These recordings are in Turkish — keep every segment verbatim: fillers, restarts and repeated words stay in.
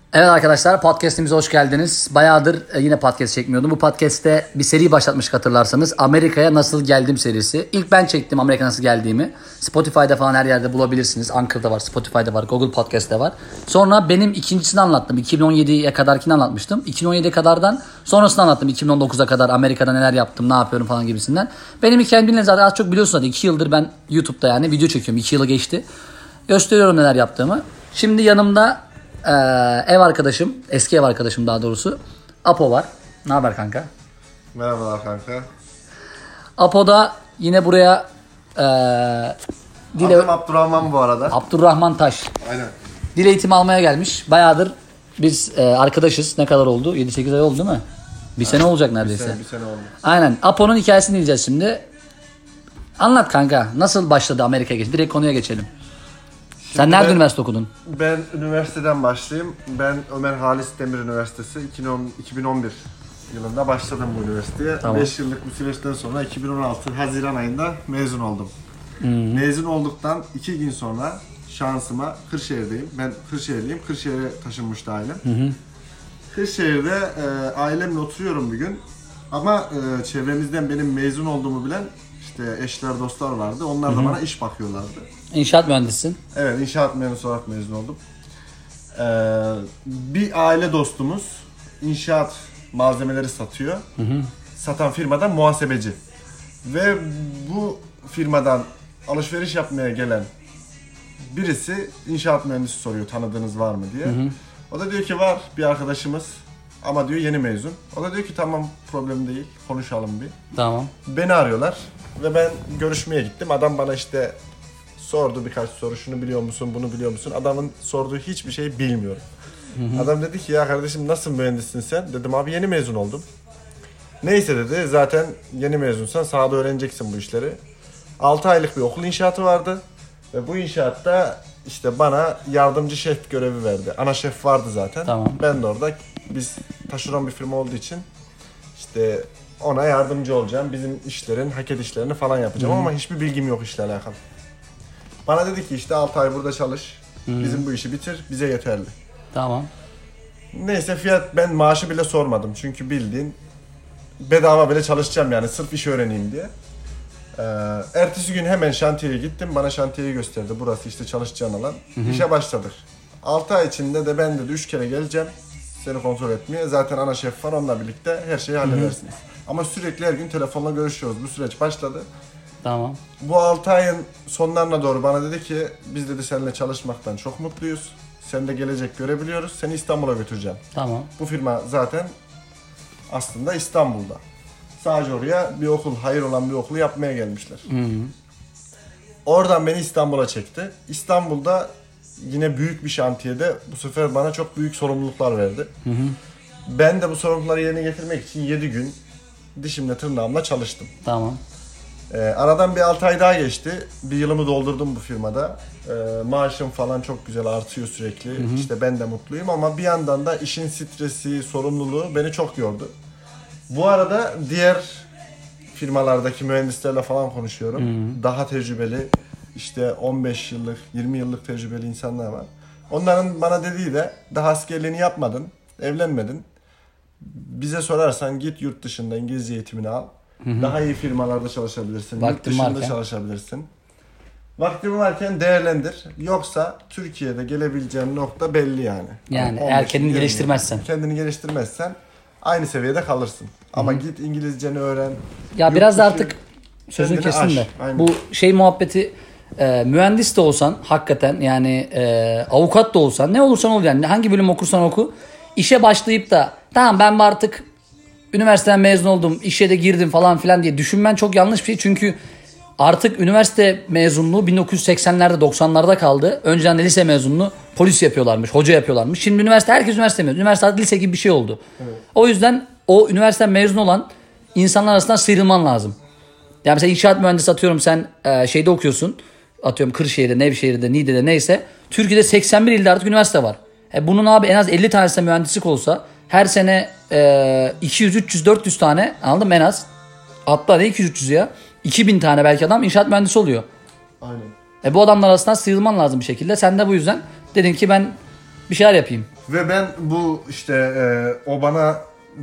Evet arkadaşlar, podcast'imize hoş geldiniz. Bayağıdır e, yine podcast çekmiyordum. Bu podcast'te bir seri başlatmıştık hatırlarsanız. Amerika'ya nasıl geldim serisi. İlk ben çektim Amerika'ya nasıl geldiğimi. Spotify'da falan her yerde bulabilirsiniz. Anchor'da var, Spotify'da var, Google Podcast'te var. Sonra benim ikincisini anlattım. iki bin on yediye kadarkini anlatmıştım. iki bin on yediye kadardan sonrasını anlattım. iki bin on dokuza kadar Amerika'da neler yaptım, ne yapıyorum falan gibisinden. Benim hikayemi bilin zaten az çok biliyorsunuz. iki yıldır ben YouTube'da yani video çekiyorum. iki yılı geçti. Gösteriyorum neler yaptığımı. Şimdi yanımda Ee, ev arkadaşım, eski ev arkadaşım daha doğrusu Apo var. Ne haber kanka? Merhabalar kanka. Apo da yine buraya e, dil Adım Abdurrahman bu arada. Abdurrahman Taş. Aynen. Dil eğitimi almaya gelmiş. Bayağıdır biz e, arkadaşız. Ne kadar oldu? yedi sekiz ay oldu değil mi? Bir sene olacak neredeyse. Bir sene, bir sene oldu. Aynen. Apo'nun hikayesini dinleyeceğiz şimdi. Anlat kanka. Nasıl başladı Amerika'ya geç? Direkt konuya geçelim. Sen Şimdi nerede ben, üniversite okudun? Ben üniversiteden başlayayım. Ben Ömer Halis Demir Üniversitesi iki bin on bir yılında başladım bu üniversiteye. Tamam. beş yıllık bu süreçten sonra iki bin on altı Haziran ayında mezun oldum. Hmm. Mezun olduktan iki gün sonra şansıma Kırşehir'deyim. Ben Kırşehirliyim. Kırşehir'e taşınmıştı ailem. Hı. Kırşehir'de e, ailemle oturuyorum bir gün. Ama e, çevremizden benim mezun olduğumu bilen işte eşler, dostlar vardı. Onlar da Hı-hı. bana iş bakıyorlardı. İnşaat mühendisisin. Evet, inşaat mühendisi olarak mezun oldum. Ee, bir aile dostumuz inşaat malzemeleri satıyor. Hı hı. Satan firmadan muhasebeci. Ve bu firmadan alışveriş yapmaya gelen birisi inşaat mühendisi soruyor, tanıdığınız var mı diye. Hı hı. O da diyor ki var bir arkadaşımız ama diyor yeni mezun. O da diyor ki tamam, problem değil, konuşalım bir. Tamam. Beni arıyorlar ve ben görüşmeye gittim. Adam bana işte sordu birkaç soru, şunu biliyor musun, bunu biliyor musun? Adamın sorduğu hiçbir şeyi bilmiyorum. Hı hı. Adam dedi ki ya kardeşim nasıl mühendissin sen? Dedim abi yeni mezun oldum. Neyse dedi, zaten yeni mezunsan sahada öğreneceksin bu işleri. altı aylık bir okul inşaatı vardı. Ve bu inşaatta işte bana yardımcı şef görevi verdi. Ana şef vardı zaten. Tamam. Ben de orada, biz taşeron bir firma olduğu için işte ona yardımcı olacağım. Bizim işlerin, hak edişlerini falan yapacağım. Hı hı. Ama hiçbir bilgim yok işle alakalı. Bana dedi ki işte altı ay burada çalış, hmm. bizim bu işi bitir, bize yeterli. Tamam. Neyse fiyat, ben maaşı bile sormadım çünkü bildiğin bedava bile çalışacağım yani sırf iş öğreneyim diye. Ee, ertesi gün hemen şantiyeye gittim, bana şantiyeyi gösterdi, burası işte çalışacağın alan. Hı hı. İşe başladık. altı ay içinde de ben dedi üç kere geleceğim seni kontrol etmeye, zaten ana şef var, onunla birlikte her şeyi halledersiniz. Hı hı. Ama sürekli her gün telefonla görüşüyoruz, bu süreç başladı. Tamam. Bu altı ayın sonlarına doğru bana dedi ki biz dedi seninle çalışmaktan çok mutluyuz. Sen de gelecek görebiliyoruz. Seni İstanbul'a götüreceğim. Tamam. Bu firma zaten aslında İstanbul'da. Sadece oraya bir okul, hayır olan bir okulu yapmaya gelmişler. Hı hı. Oradan beni İstanbul'a çekti. İstanbul'da yine büyük bir şantiyede bu sefer bana çok büyük sorumluluklar verdi. Hı hı. Ben de bu sorumlulukları yerine getirmek için yedi gün dişimle tırnağımla çalıştım. Tamam. Ee, aradan bir altı ay daha geçti. Bir yılımı doldurdum bu firmada. Ee, maaşım falan çok güzel artıyor sürekli. Hı hı. İşte ben de mutluyum ama bir yandan da işin stresi, sorumluluğu beni çok yordu. Bu arada diğer firmalardaki mühendislerle falan konuşuyorum. Hı hı. Daha tecrübeli, işte on beş yıllık, yirmi yıllık tecrübeli insanlar var. Onların bana dediği de daha askerliğini yapmadın, evlenmedin. Bize sorarsan git yurt dışında İngilizce eğitimini al. Hı hı. Daha iyi firmalarda çalışabilirsin, Vaktim yurt dışında varken. çalışabilirsin. Vaktin varken değerlendir. Yoksa Türkiye'de gelebileceğin nokta belli yani. Yani eğer kendini geliştirmezsen. Kendini geliştirmezsen aynı seviyede kalırsın. Ama Hı-hı. git İngilizceni öğren. Ya biraz da artık sözünü kesin de. Aynen. Bu şey muhabbeti e, mühendis de olsan hakikaten yani e, avukat da olsan ne olursan ol yani hangi bölüm okursan oku işe başlayıp da tamam ben artık üniversiteden mezun oldum, işe de girdim falan filan diye düşünmen çok yanlış bir şey. Çünkü artık üniversite mezunluğu bin dokuz yüz seksenlerde doksanlarda kaldı. Önceden de lise mezunluğu polis yapıyorlarmış, hoca yapıyorlarmış. Şimdi üniversite herkes üniversite mezunu. Üniversite artık lise gibi bir şey oldu. Evet. O yüzden o üniversiteden mezun olan insanlar arasından sıyrılman lazım. Yani mesela inşaat mühendisi atıyorum sen e, şeyde okuyorsun. Atıyorum Kırşehir'de, Nevşehir'de, Niğde'de neyse. Türkiye'de seksen bir ilde artık üniversite var. E bunun abi en az elli tanesi mühendislik olsa her sene e, iki yüz, üç yüz, dört yüz tane anladın mı en az? Hatta ne iki yüz üç yüz ya? iki bin tane belki adam inşaat mühendisi oluyor. Aynen. E bu adamlar arasından sıyrılman lazım bir şekilde. Sen de bu yüzden dedin ki ben bir şeyler yapayım. Ve ben bu işte e, o bana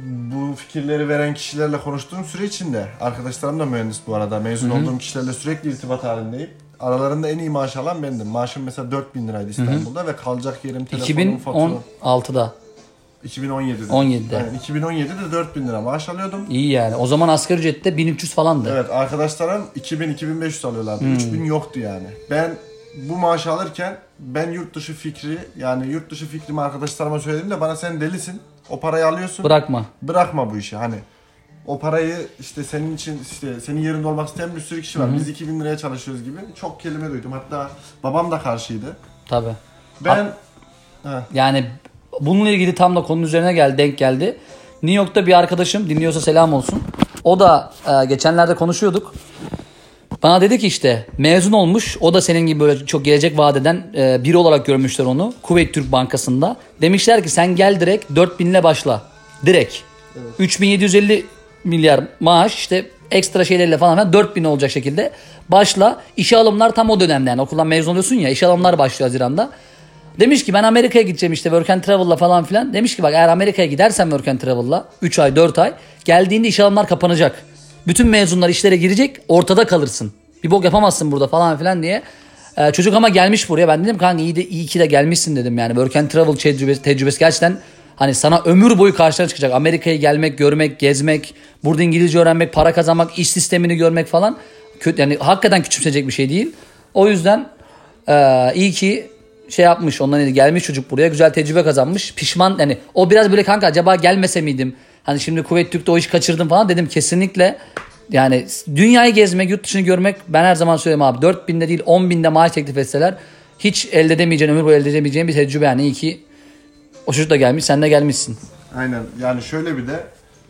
bu fikirleri veren kişilerle konuştuğum süre içinde, arkadaşlarım da mühendis bu arada, mezun Hı-hı. olduğum kişilerle sürekli irtibat halindeyim. Aralarında en iyi maaş alan bendim. Maaşım mesela dört bin liraydı İstanbul'da Hı-hı. ve kalacak yerim, telefonum, faturam. iki bin on altıda. iki bin on yedide. on yedide. Yani iki bin on yedide dört bin lira maaş alıyordum. İyi yani. O zaman asgari ücrette bin üç yüz falandı. Evet, arkadaşlarım iki bin iki bin beş yüz alıyorlardı. Hmm. üç bin yoktu yani. Ben bu maaşı alırken ben yurt dışı fikri, yani yurt dışı fikrimi arkadaşlarıma söylediğimde bana sen delisin. O parayı alıyorsun. Bırakma. Bırakma bu işi. Hani o parayı işte senin için, işte senin yerinde olmak isteyen bir sürü kişi var. Hı-hı. Biz iki bin liraya çalışıyoruz gibi çok kelime duydum. Hatta babam da karşıydı. Tabii. Ben ha. Yani bununla ilgili tam da konunun üzerine geldi, denk geldi. New York'ta bir arkadaşım, dinliyorsa selam olsun. O da e, geçenlerde konuşuyorduk. Bana dedi ki işte mezun olmuş. O da senin gibi böyle çok gelecek vaat eden e, biri olarak görmüşler onu. Kuveyt Türk Bankası'nda. Demişler ki sen gel direkt dört bin ile başla. Direkt. Evet. üç bin yedi yüz elli milyar maaş işte ekstra şeylerle falan dört bin olacak şekilde başla. İşe alımlar tam o dönemde, yani okuldan mezun oluyorsun ya, işe alımlar başlıyor Haziran'da. Demiş ki ben Amerika'ya gideceğim işte work and travel'la falan filan. Demiş ki bak eğer Amerika'ya gidersen work and travel'la üç ay dört ay geldiğinde iş alanlar kapanacak. Bütün mezunlar işlere girecek, ortada kalırsın. Bir bok yapamazsın burada falan filan diye. Ee, çocuk ama gelmiş buraya. Ben dedim kanka iyi, de, iyi ki de gelmişsin dedim yani. Work and travel tecrübesi, tecrübesi gerçekten hani sana ömür boyu karşına çıkacak. Amerika'ya gelmek, görmek, gezmek, burada İngilizce öğrenmek, para kazanmak, iş sistemini görmek falan. Kötü, yani hakikaten küçümseyecek bir şey değil. O yüzden e, iyi ki şey yapmış, ondan neydi, gelmiş çocuk buraya, güzel tecrübe kazanmış. Pişman yani, o biraz böyle kanka acaba gelmese miydim? Hani şimdi Kuveyt Türk'te o işi kaçırdım falan dedim, kesinlikle. Yani dünyayı gezmek, yurt dışını görmek, ben her zaman söylüyorum abi, dört binde değil on binde maaş teklif etseler hiç elde edemeyeceğin, ömür boyu elde edemeyeceğin bir tecrübe yani. İyi ki o çocuk da gelmiş, sen de gelmişsin. Aynen, yani şöyle bir de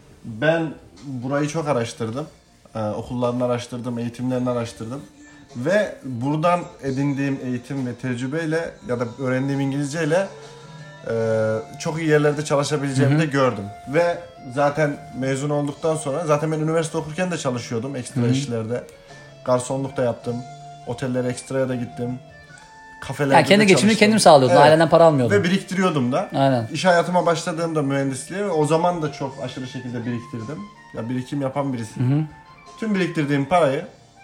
ben burayı çok araştırdım. Ee, okullarını araştırdım, eğitimlerini araştırdım. Ve buradan edindiğim eğitim ve tecrübeyle ya da öğrendiğim İngilizceyle e, çok iyi yerlerde çalışabileceğimi Hı-hı. de gördüm. Ve zaten mezun olduktan sonra, zaten ben üniversite okurken de çalışıyordum ekstra Hı-hı. işlerde. Garsonluk da yaptım, otellere ekstraya da gittim. Kafelerde yani kendi geçimini kendim sağlıyordum, evet. Ailenden para almıyordum. Ve biriktiriyordum da. Aynen. İş hayatıma başladığımda mühendisliğe, o zaman da çok aşırı şekilde biriktirdim. Ya birikim yapan birisiyim. Hı-hı. Tüm biriktirdiğim parayı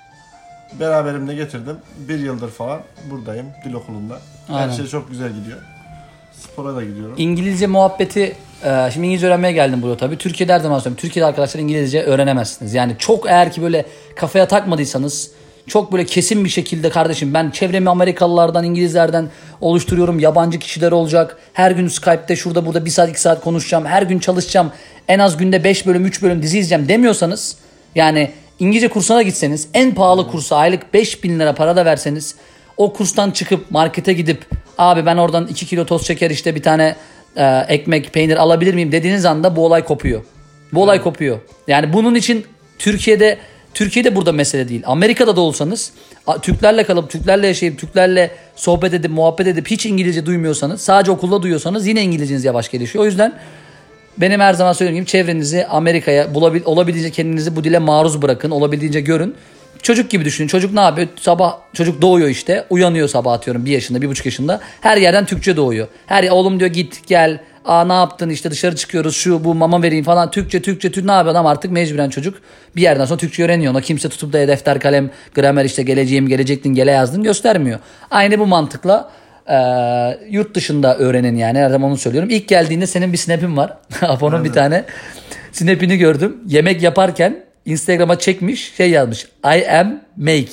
beraberimde getirdim. Bir yıldır falan buradayım, dil okulunda. Aynen. Her şey çok güzel gidiyor. Spora da gidiyorum. İngilizce muhabbeti, şimdi İngilizce öğrenmeye geldim buraya tabii. Türkiye'de her zaman söylüyorum, Türkiye'de arkadaşlar İngilizce öğrenemezsiniz. Yani çok, eğer ki böyle kafaya takmadıysanız, çok böyle kesin bir şekilde kardeşim ben çevremi Amerikalılardan, İngilizlerden oluşturuyorum, yabancı kişiler olacak, her gün Skype'te şurada burada bir saat iki saat konuşacağım, her gün çalışacağım, en az günde beş bölüm üç bölüm dizi izleyeceğim demiyorsanız, yani İngilizce kursuna gitseniz, en pahalı kursa aylık beş bin lira para da verseniz, o kurstan çıkıp markete gidip abi ben oradan iki kilo toz şeker işte bir tane e, ekmek peynir alabilir miyim dediğiniz anda bu olay kopuyor. Bu olay evet. kopuyor. Yani bunun için Türkiye'de Türkiye'de burada mesele değil. Amerika'da da olsanız, Türklerle kalıp Türklerle yaşayıp Türklerle sohbet edip muhabbet edip hiç İngilizce duymuyorsanız, sadece okulda duyuyorsanız yine İngilizceniz yavaş gelişiyor. O yüzden benim her zaman söylediğim gibi çevrenizi Amerika'ya bulabil, olabildiğince kendinizi bu dile maruz bırakın. Olabildiğince görün. Çocuk gibi düşünün. Çocuk ne yapıyor? Sabah çocuk doğuyor işte. Uyanıyor sabah atıyorum bir yaşında, bir buçuk yaşında. Her yerden Türkçe doğuyor. Her oğlum diyor git gel. Aa ne yaptın işte dışarı çıkıyoruz şu bu mama vereyim falan. Türkçe Türkçe Türkçe ne yapıyor adam artık mecburen çocuk. Bir yerden sonra Türkçe öğreniyor. Ona kimse tutup da defter kalem gramer işte geleceğim gelecektin gele yazdın göstermiyor. Aynı bu mantıkla e, yurt dışında öğrenin yani, her zaman onu söylüyorum. İlk geldiğinde senin bir snap'in var. Apo'nun evet. bir tane snap'ini gördüm. Yemek yaparken Instagram'a çekmiş, şey yazmış. I am make.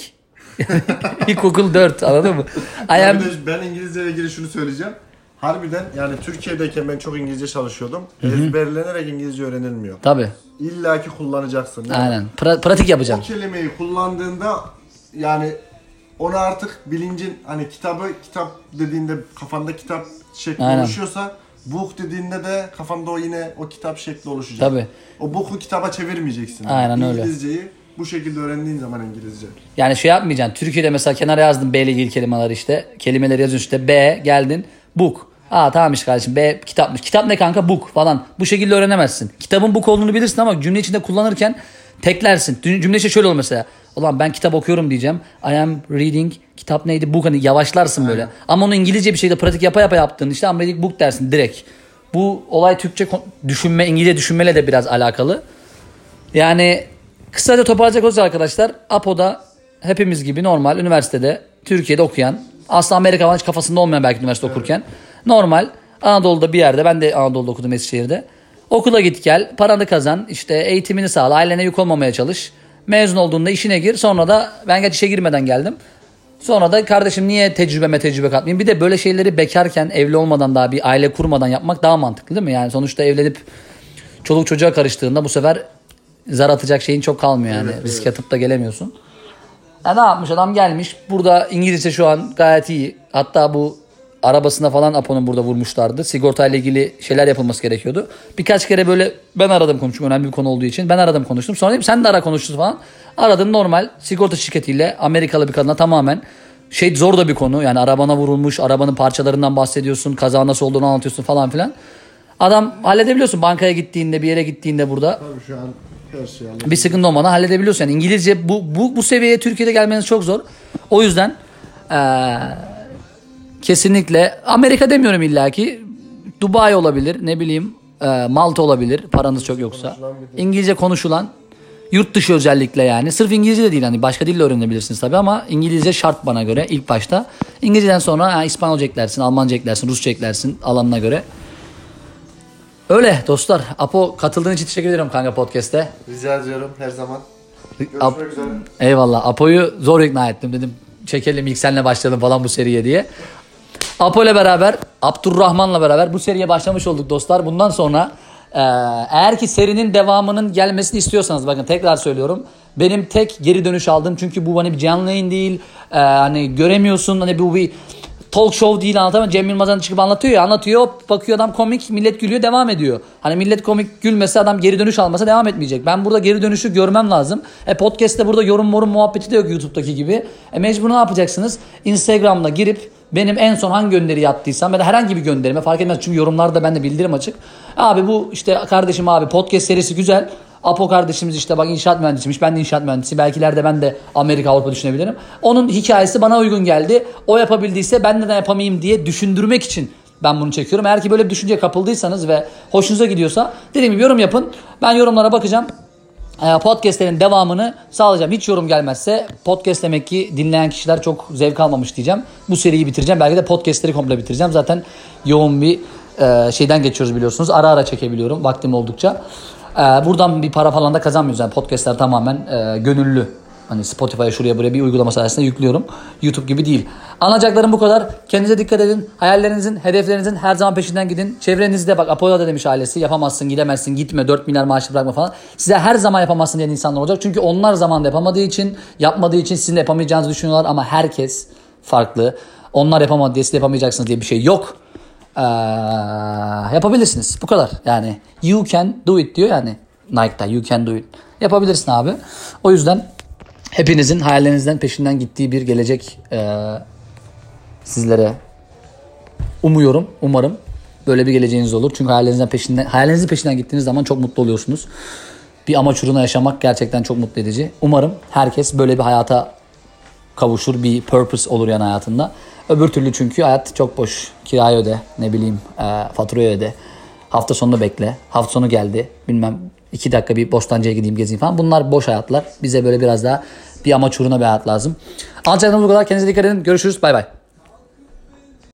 İlkokul dört, anladın mı? I am... Ben İngilizce ile ilgili şunu söyleyeceğim. Harbiden yani Türkiye'deyken ben çok İngilizce çalışıyordum. Hı-hı. Ezberlenerek İngilizce öğrenilmiyor. Tabii. İlla ki kullanacaksın. Yani aynen. Pra- pratik yapacaksın. O kelimeyi kullandığında yani onu artık bilincin, hani kitabı kitap dediğinde kafanda kitap şekli aynen. oluşuyorsa, book dediğinde de kafanda o yine o kitap şekli oluşacak. Tabii. O book'u kitaba çevirmeyeceksin. Aynen yani. öyle. İngilizceyi bu şekilde öğrendiğin zaman İngilizce. Yani şey yapmayacaksın. Türkiye'de mesela kenara yazdın B ile ilgili kelimeler işte. Kelimeleri yazıyorsun işte B geldin book. Aa tamam işte kardeşim B kitapmış. Kitap ne kanka? Book falan. Bu şekilde öğrenemezsin. Kitabın book olduğunu bilirsin ama cümle içinde kullanırken teklersin. Cümle içinde şöyle olur mesela. Ulan ben kitap okuyorum diyeceğim. I am reading. Kitap neydi? Book. Hani yavaşlarsın böyle. Aynen. Ama onu İngilizce bir şekilde pratik yapa yapa yaptığın işte I'm reading book dersin direkt. Bu olay Türkçe düşünme, İngilizce düşünmeyle de biraz alakalı. Yani kısaca toparlayacak olursak arkadaşlar, Apo'da hepimiz gibi normal üniversitede Türkiye'de okuyan, aslında Amerika falan hiç kafasında olmayan belki üniversite evet. okurken normal Anadolu'da bir yerde, ben de Anadolu'da okudum Eskişehir'de. Okula git gel, paranı kazan, işte eğitimini sağla, ailene yük olmamaya çalış. Mezun olduğunda işine gir. Sonra da ben geç işe girmeden geldim. Sonra da kardeşim niye tecrübeme tecrübe katmayayım? Bir de böyle şeyleri bekarken, evli olmadan, daha bir aile kurmadan yapmak daha mantıklı değil mi? Yani sonuçta evlenip çoluk çocuğa karıştığında bu sefer zar atacak şeyin çok kalmıyor yani. Evet, risk evet. atıp da gelemiyorsun. Ya ne yapmış adam, gelmiş. Burada İngilizce şu an gayet iyi. Hatta bu arabasına falan Apo'nun burada vurmuşlardı. Sigortayla ilgili şeyler yapılması gerekiyordu. Birkaç kere böyle ben aradım konuştum. Önemli bir konu olduğu için. Ben aradım konuştum. Sonra dedim sen de ara konuştun falan. Aradım normal sigorta şirketiyle Amerikalı bir kadına tamamen. Şey zor da bir konu. Yani arabana vurulmuş. Arabanın parçalarından bahsediyorsun. Kaza nasıl olduğunu anlatıyorsun falan filan. Adam halledebiliyorsun. Bankaya gittiğinde, bir yere gittiğinde burada. Tabii şu an her şey bir sıkıntı olmadan halledebiliyorsun. Yani İngilizce bu, bu, bu seviyeye Türkiye'de gelmeniz çok zor. O yüzden ee, kesinlikle Amerika demiyorum illaki. Dubai olabilir, ne bileyim e, Malta olabilir paranız çok yoksa. İngilizce konuşulan yurt dışı özellikle yani. Sırf İngilizce de değil, hani başka dille öğrenebilirsiniz tabii ama İngilizce şart bana göre ilk başta. İngilizceden sonra ha, İspanyolca eklersin, Almanca eklersin, Rusça eklersin alanına göre. Öyle dostlar. Apo, katıldığın için teşekkür ederim kanka podcast'te. Rica ediyorum her zaman. Görüşmek Ap- üzere. Eyvallah. Apo'yu zor ikna ettim, dedim çekelim ilk seninle başlayalım falan bu seriye diye. Apo ile beraber, Abdurrahman'la beraber bu seriye başlamış olduk dostlar. Bundan sonra e, eğer ki serinin devamının gelmesini istiyorsanız, bakın tekrar söylüyorum. Benim tek geri dönüş aldığım, çünkü bu hani bir canlı yayın değil. E, hani göremiyorsun, hani bu bir talk show değil, anlatamam. Cem Yılmaz'dan çıkıp anlatıyor ya, anlatıyor, bakıyor adam komik, millet gülüyor, devam ediyor. Hani millet komik gülmese, adam geri dönüş almasa devam etmeyecek. Ben burada geri dönüşü görmem lazım. E podcast'te burada yorum morum muhabbeti de yok YouTube'daki gibi. E mecbur ne yapacaksınız? Instagram'da girip benim en son hangi gönderi yaptıysam ya da herhangi bir gönderime fark etmez, çünkü yorumlarda bende bildirim açık. Abi bu işte kardeşim abi podcast serisi güzel. Apo kardeşimiz işte bak inşaat mühendisiymiş, ben de inşaat mühendisi. Belki ileride ben de Amerika, Avrupa düşünebilirim. Onun hikayesi bana uygun geldi. O yapabildiyse ben neden yapamayayım diye düşündürmek için ben bunu çekiyorum. Eğer ki böyle bir düşünceye kapıldıysanız ve hoşunuza gidiyorsa dediğim gibi yorum yapın. Ben yorumlara bakacağım. Podcastlerin devamını sağlayacağım. Hiç yorum gelmezse podcast demek ki dinleyen kişiler çok zevk almamış diyeceğim. Bu seriyi bitireceğim. Belki de podcastleri komple bitireceğim. Zaten yoğun bir e, şeyden geçiyoruz biliyorsunuz. Ara ara çekebiliyorum vaktim oldukça. E, buradan bir para falan da kazanmıyoruz. Yani podcastler tamamen e, gönüllü. Hani Spotify'a şuraya buraya bir uygulama sayesinde yüklüyorum. YouTube gibi değil. Anlayacaklarım bu kadar. Kendinize dikkat edin. Hayallerinizin, hedeflerinizin her zaman peşinden gidin. Çevrenizde bak, Apo'ya da demiş ailesi. Yapamazsın, gidemezsin, gitme, dört milyar maaşı bırakma falan. Size her zaman yapamazsın diyen insanlar olacak. Çünkü onlar zamanında yapamadığı için, yapmadığı için sizin de yapamayacağınızı düşünüyorlar. Ama herkes farklı. Onlar yapamadı diye siz de yapamayacaksınız diye bir şey yok. Ee, yapabilirsiniz. Bu kadar. Yani you can do it diyor yani Nike'da. You can do it. Yapabilirsin abi. O yüzden hepinizin hayallerinizden peşinden gittiği bir gelecek e, sizlere umuyorum, umarım böyle bir geleceğiniz olur. Çünkü hayallerinizden peşinden, hayallerinizin peşinden gittiğiniz zaman çok mutlu oluyorsunuz. Bir amaç uğruna yaşamak gerçekten çok mutlu edici. Umarım herkes böyle bir hayata kavuşur, bir purpose olur yani hayatında. Öbür türlü çünkü hayat çok boş. Kirayı öde, ne bileyim e, faturayı öde. Hafta sonunu bekle. Hafta sonu geldi, bilmem iki dakika bir Bostancı'ya gideyim gezeyim falan. Bunlar boş hayatlar. Bize böyle biraz daha bir amaç uğruna bir hayat lazım. Anlatacaklarımız bu kadar. Kendinize dikkat edin. Görüşürüz. Bay bay.